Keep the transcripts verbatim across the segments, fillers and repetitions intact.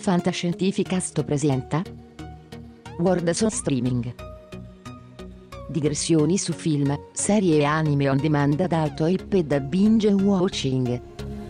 Fantascientificast presenta Words on Streaming. Digressioni su film, serie e anime on demand ad alto hype e da binge watching.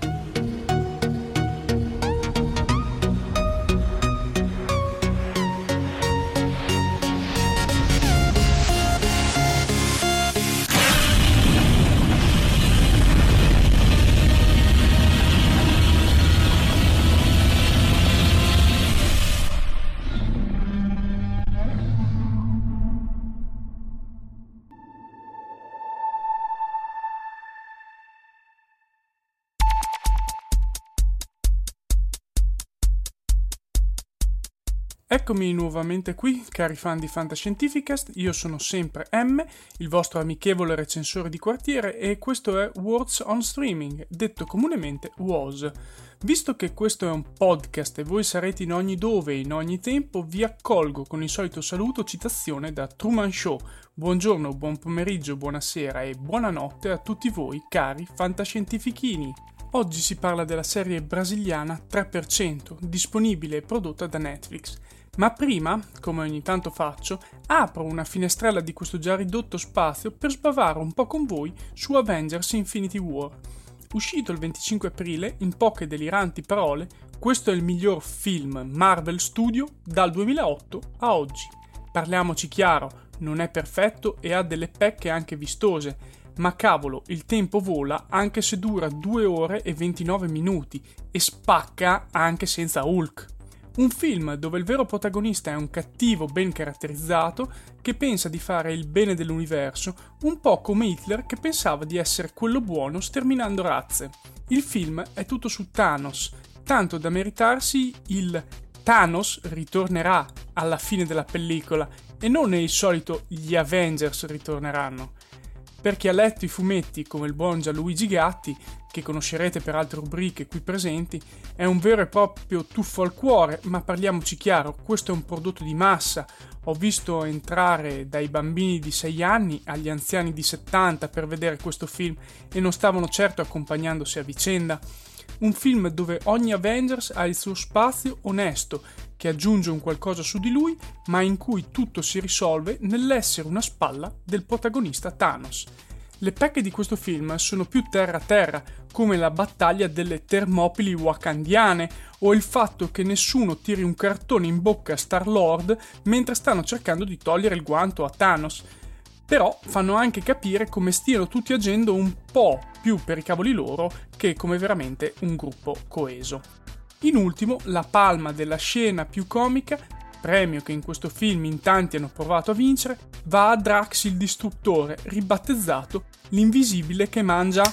Eccomi nuovamente qui, cari fan di Fantascientificast, io sono sempre M, il vostro amichevole recensore di quartiere, e questo è Words on Streaming, detto comunemente W O S. Visto che questo è un podcast e voi sarete in ogni dove e in ogni tempo, vi accolgo con il solito saluto citazione da Truman Show. Buongiorno, buon pomeriggio, buonasera e buonanotte a tutti voi, cari fantascientifichini. Oggi si parla della serie brasiliana tre per cento, disponibile e prodotta da Netflix. Ma prima, come ogni tanto faccio, apro una finestrella di questo già ridotto spazio per sbavare un po' con voi su Avengers Infinity War. Uscito il venticinque aprile, in poche deliranti parole, questo è il miglior film Marvel Studio dal duemilaotto a oggi. Parliamoci chiaro, non è perfetto e ha delle pecche anche vistose, ma cavolo, il tempo vola anche se dura due ore e ventinove minuti e spacca anche senza Hulk. Un film dove il vero protagonista è un cattivo ben caratterizzato che pensa di fare il bene dell'universo, un po' come Hitler che pensava di essere quello buono sterminando razze. Il film è tutto su Thanos, tanto da meritarsi il Thanos ritornerà alla fine della pellicola e non il solito gli Avengers ritorneranno. Per chi ha letto i fumetti come il buon Gianluigi Gatti, che conoscerete per altre rubriche qui presenti, è un vero e proprio tuffo al cuore, ma parliamoci chiaro, questo è un prodotto di massa. Ho visto entrare dai bambini di sei anni agli anziani di settanta per vedere questo film e non stavano certo accompagnandosi a vicenda. Un film dove ogni Avengers ha il suo spazio onesto, che aggiunge un qualcosa su di lui, ma in cui tutto si risolve nell'essere una spalla del protagonista Thanos. Le pecche di questo film sono più terra-terra, come la battaglia delle Termopili wakandiane o il fatto che nessuno tiri un cartone in bocca a Star-Lord mentre stanno cercando di togliere il guanto a Thanos. Però fanno anche capire come stiano tutti agendo un po' più per i cavoli loro che come veramente un gruppo coeso. In ultimo, la palma della scena più comica, premio che in questo film in tanti hanno provato a vincere, va a Drax il Distruttore, ribattezzato l'invisibile che mangia.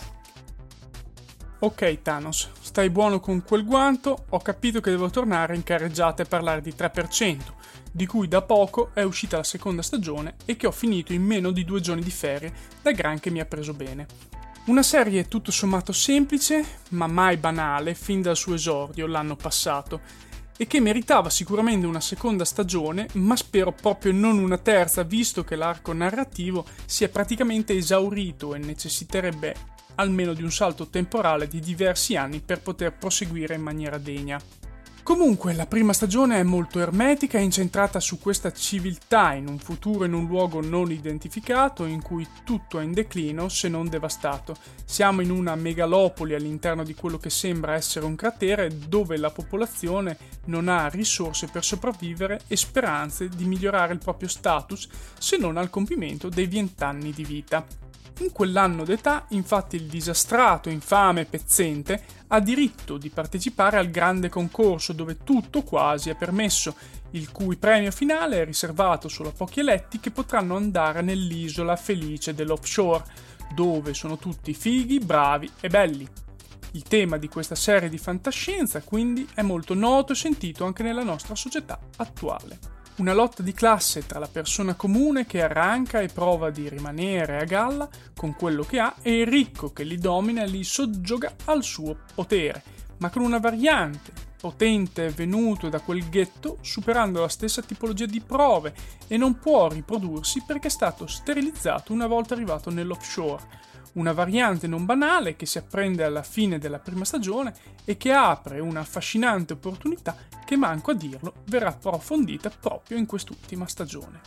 Ok Thanos, stai buono con quel guanto, ho capito che devo tornare in carreggiata e parlare di tre per cento, di cui da poco è uscita la seconda stagione e che ho finito in meno di due giorni di ferie, da gran che mi ha preso bene. Una serie tutto sommato semplice, ma mai banale fin dal suo esordio l'anno passato, e che meritava sicuramente una seconda stagione, ma spero proprio non una terza, visto che l'arco narrativo si è praticamente esaurito e necessiterebbe almeno di un salto temporale di diversi anni per poter proseguire in maniera degna. Comunque, la prima stagione è molto ermetica e incentrata su questa civiltà in un futuro in un luogo non identificato in cui tutto è in declino se non devastato. Siamo in una megalopoli all'interno di quello che sembra essere un cratere dove la popolazione non ha risorse per sopravvivere e speranze di migliorare il proprio status se non al compimento dei vent'anni di vita. In quell'anno d'età, infatti, il disastrato, infame, pezzente ha diritto di partecipare al grande concorso dove tutto quasi è permesso, il cui premio finale è riservato solo a pochi eletti che potranno andare nell'isola felice dell'offshore, dove sono tutti fighi, bravi e belli. Il tema di questa serie di fantascienza, quindi, è molto noto e sentito anche nella nostra società attuale. Una lotta di classe tra la persona comune che arranca e prova di rimanere a galla con quello che ha e il ricco che li domina e li soggioga al suo potere, ma con una variante potente venuto da quel ghetto superando la stessa tipologia di prove e non può riprodursi perché è stato sterilizzato una volta arrivato nell'offshore. una variante non banale che si apprende alla fine della prima stagione e che apre una affascinante opportunità che, manco a dirlo, verrà approfondita proprio in quest'ultima stagione.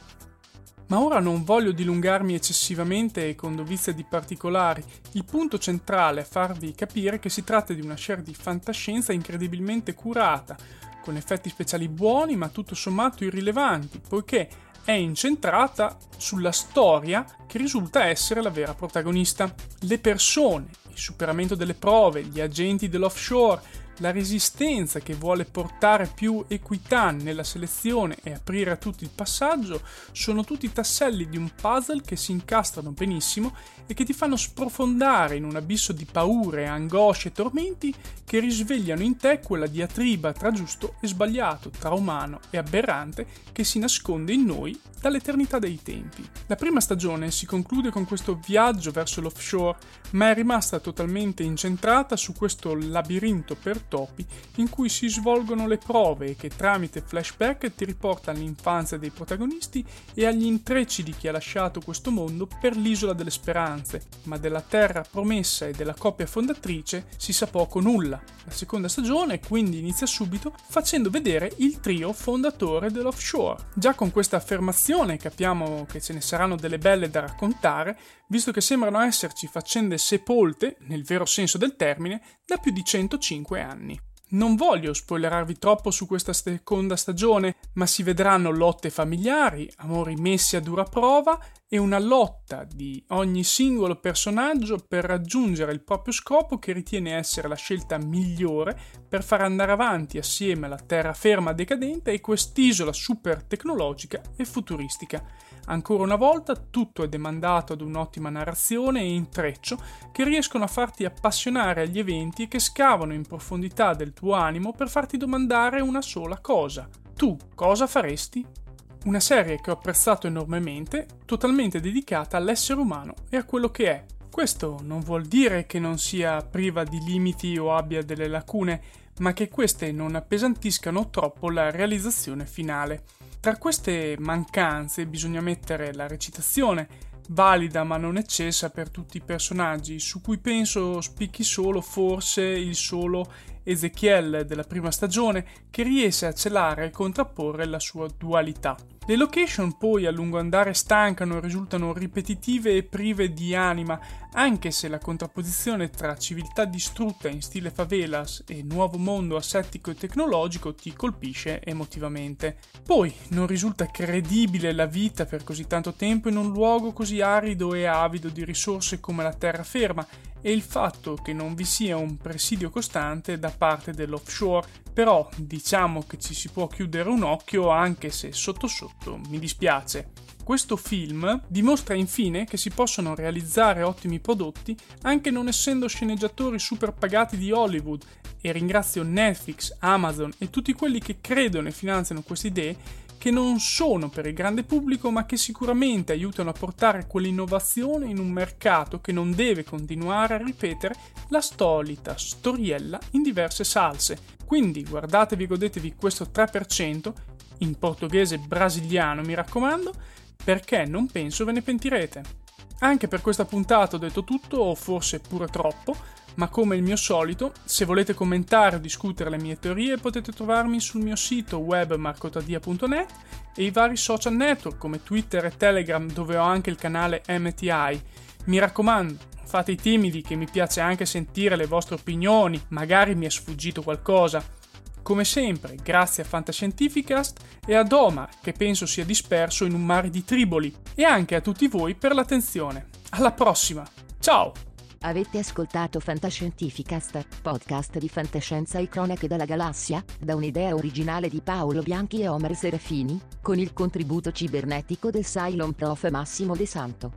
Ma ora non voglio dilungarmi eccessivamente e con dovizia di particolari. Il punto centrale è farvi capire che si tratta di una serie di fantascienza incredibilmente curata, con effetti speciali buoni ma tutto sommato irrilevanti, poiché è incentrata sulla storia che risulta essere la vera protagonista. Le persone, il superamento delle prove, gli agenti dell'offshore, la resistenza che vuole portare più equità nella selezione e aprire a tutti il passaggio sono tutti tasselli di un puzzle che si incastrano benissimo e che ti fanno sprofondare in un abisso di paure, angosce e tormenti che risvegliano in te quella diatriba tra giusto e sbagliato, tra umano e aberrante che si nasconde in noi dall'eternità dei tempi. La prima stagione si conclude con questo viaggio verso l'offshore, ma è rimasta totalmente incentrata su questo labirinto per topi in cui si svolgono le prove e che tramite flashback ti riporta all'infanzia dei protagonisti e agli intrecci di chi ha lasciato questo mondo per l'isola delle speranze, ma della terra promessa e della coppia fondatrice si sa poco nulla. La seconda stagione quindi inizia subito facendo vedere il trio fondatore dell'offshore. Già con questa affermazione capiamo che ce ne saranno delle belle da raccontare, visto che sembrano esserci faccende sepolte, nel vero senso del termine, da più di centocinque anni. Non voglio spoilerarvi troppo su questa seconda stagione, ma si vedranno lotte familiari, amori messi a dura prova e una lotta di ogni singolo personaggio per raggiungere il proprio scopo che ritiene essere la scelta migliore per far andare avanti assieme alla terraferma decadente e quest'isola super tecnologica e futuristica. Ancora una volta tutto è demandato ad un'ottima narrazione e intreccio che riescono a farti appassionare agli eventi e che scavano in profondità del tuo animo per farti domandare una sola cosa: tu cosa faresti? Una serie che ho apprezzato enormemente, totalmente dedicata all'essere umano e a quello che è. Questo non vuol dire che non sia priva di limiti o abbia delle lacune, ma che queste non appesantiscano troppo la realizzazione finale. Tra queste mancanze bisogna mettere la recitazione, valida ma non eccessa per tutti i personaggi, su cui penso spicchi solo forse il solo Ezekiel della prima stagione, che riesce a celare e contrapporre la sua dualità. Le location poi a lungo andare stancano e risultano ripetitive e prive di anima, anche se la contrapposizione tra civiltà distrutta in stile favelas e nuovo mondo asettico e tecnologico ti colpisce emotivamente. Poi non risulta credibile la vita per così tanto tempo in un luogo così arido e avido di risorse come la terraferma, e il fatto che non vi sia un presidio costante da parte dell'offshore, però diciamo che ci si può chiudere un occhio anche se sotto sotto mi dispiace. Questo film dimostra infine che si possono realizzare ottimi prodotti anche non essendo sceneggiatori super pagati di Hollywood, e ringrazio Netflix, Amazon e tutti quelli che credono e finanziano queste idee, che non sono per il grande pubblico ma che sicuramente aiutano a portare quell'innovazione in un mercato che non deve continuare a ripetere la solita storiella in diverse salse. Quindi guardatevi e godetevi questo tre per cento, in portoghese brasiliano mi raccomando, perché non penso ve ne pentirete. Anche per questa puntata ho detto tutto, o forse pure troppo, ma come il mio solito, se volete commentare o discutere le mie teorie potete trovarmi sul mio sito web marcotadia punto net e i vari social network come Twitter e Telegram, dove ho anche il canale M T I. Mi raccomando, fate i timidi, che mi piace anche sentire le vostre opinioni, magari mi è sfuggito qualcosa. Come sempre, grazie a Fantascientificast e ad Omar, che penso sia disperso in un mare di triboli, e anche a tutti voi per l'attenzione. Alla prossima, ciao! Avete ascoltato Fantascientificast, podcast di fantascienza e cronache dalla galassia, da un'idea originale di Paolo Bianchi e Omar Serafini, con il contributo cibernetico del Cylon Prof Massimo De Santo.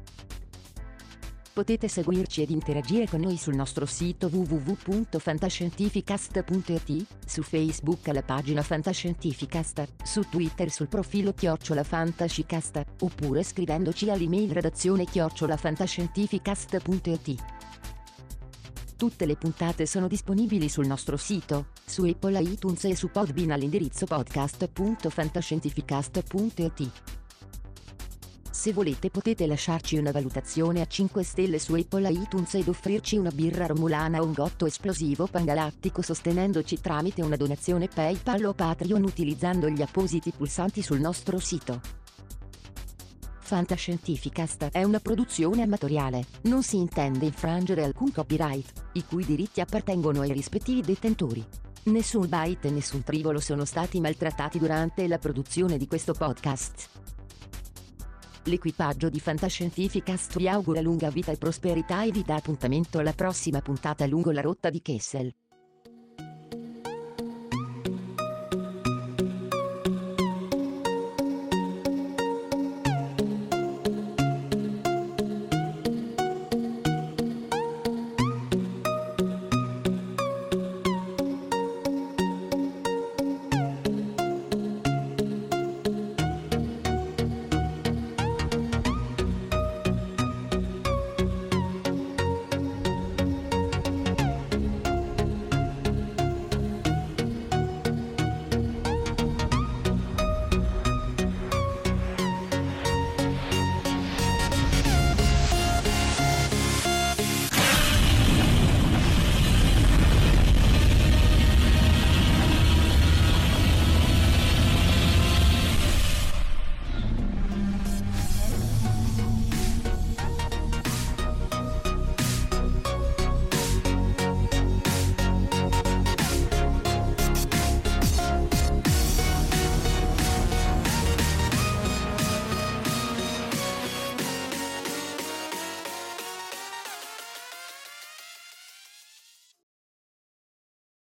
Potete seguirci ed interagire con noi sul nostro sito w w w punto fantascientificast punto i t, su Facebook alla pagina Fantascientificast, su Twitter sul profilo chiocciola Fantascicast, oppure scrivendoci all'email redazione chiocciola fantascientificast punto i t. Tutte le puntate sono disponibili sul nostro sito, su Apple iTunes e su Podbean all'indirizzo podcast punto fantascientificast punto i t. Se volete potete lasciarci una valutazione a cinque stelle su Apple iTunes ed offrirci una birra romulana o un gotto esplosivo pangalattico sostenendoci tramite una donazione PayPal o Patreon utilizzando gli appositi pulsanti sul nostro sito. Fantascientificast è una produzione amatoriale, non si intende infrangere alcun copyright, i cui diritti appartengono ai rispettivi detentori. Nessun byte e nessun trivolo sono stati maltrattati durante la produzione di questo podcast. L'equipaggio di Fantascientificast vi augura lunga vita e prosperità e vi dà appuntamento alla prossima puntata lungo la rotta di Kessel.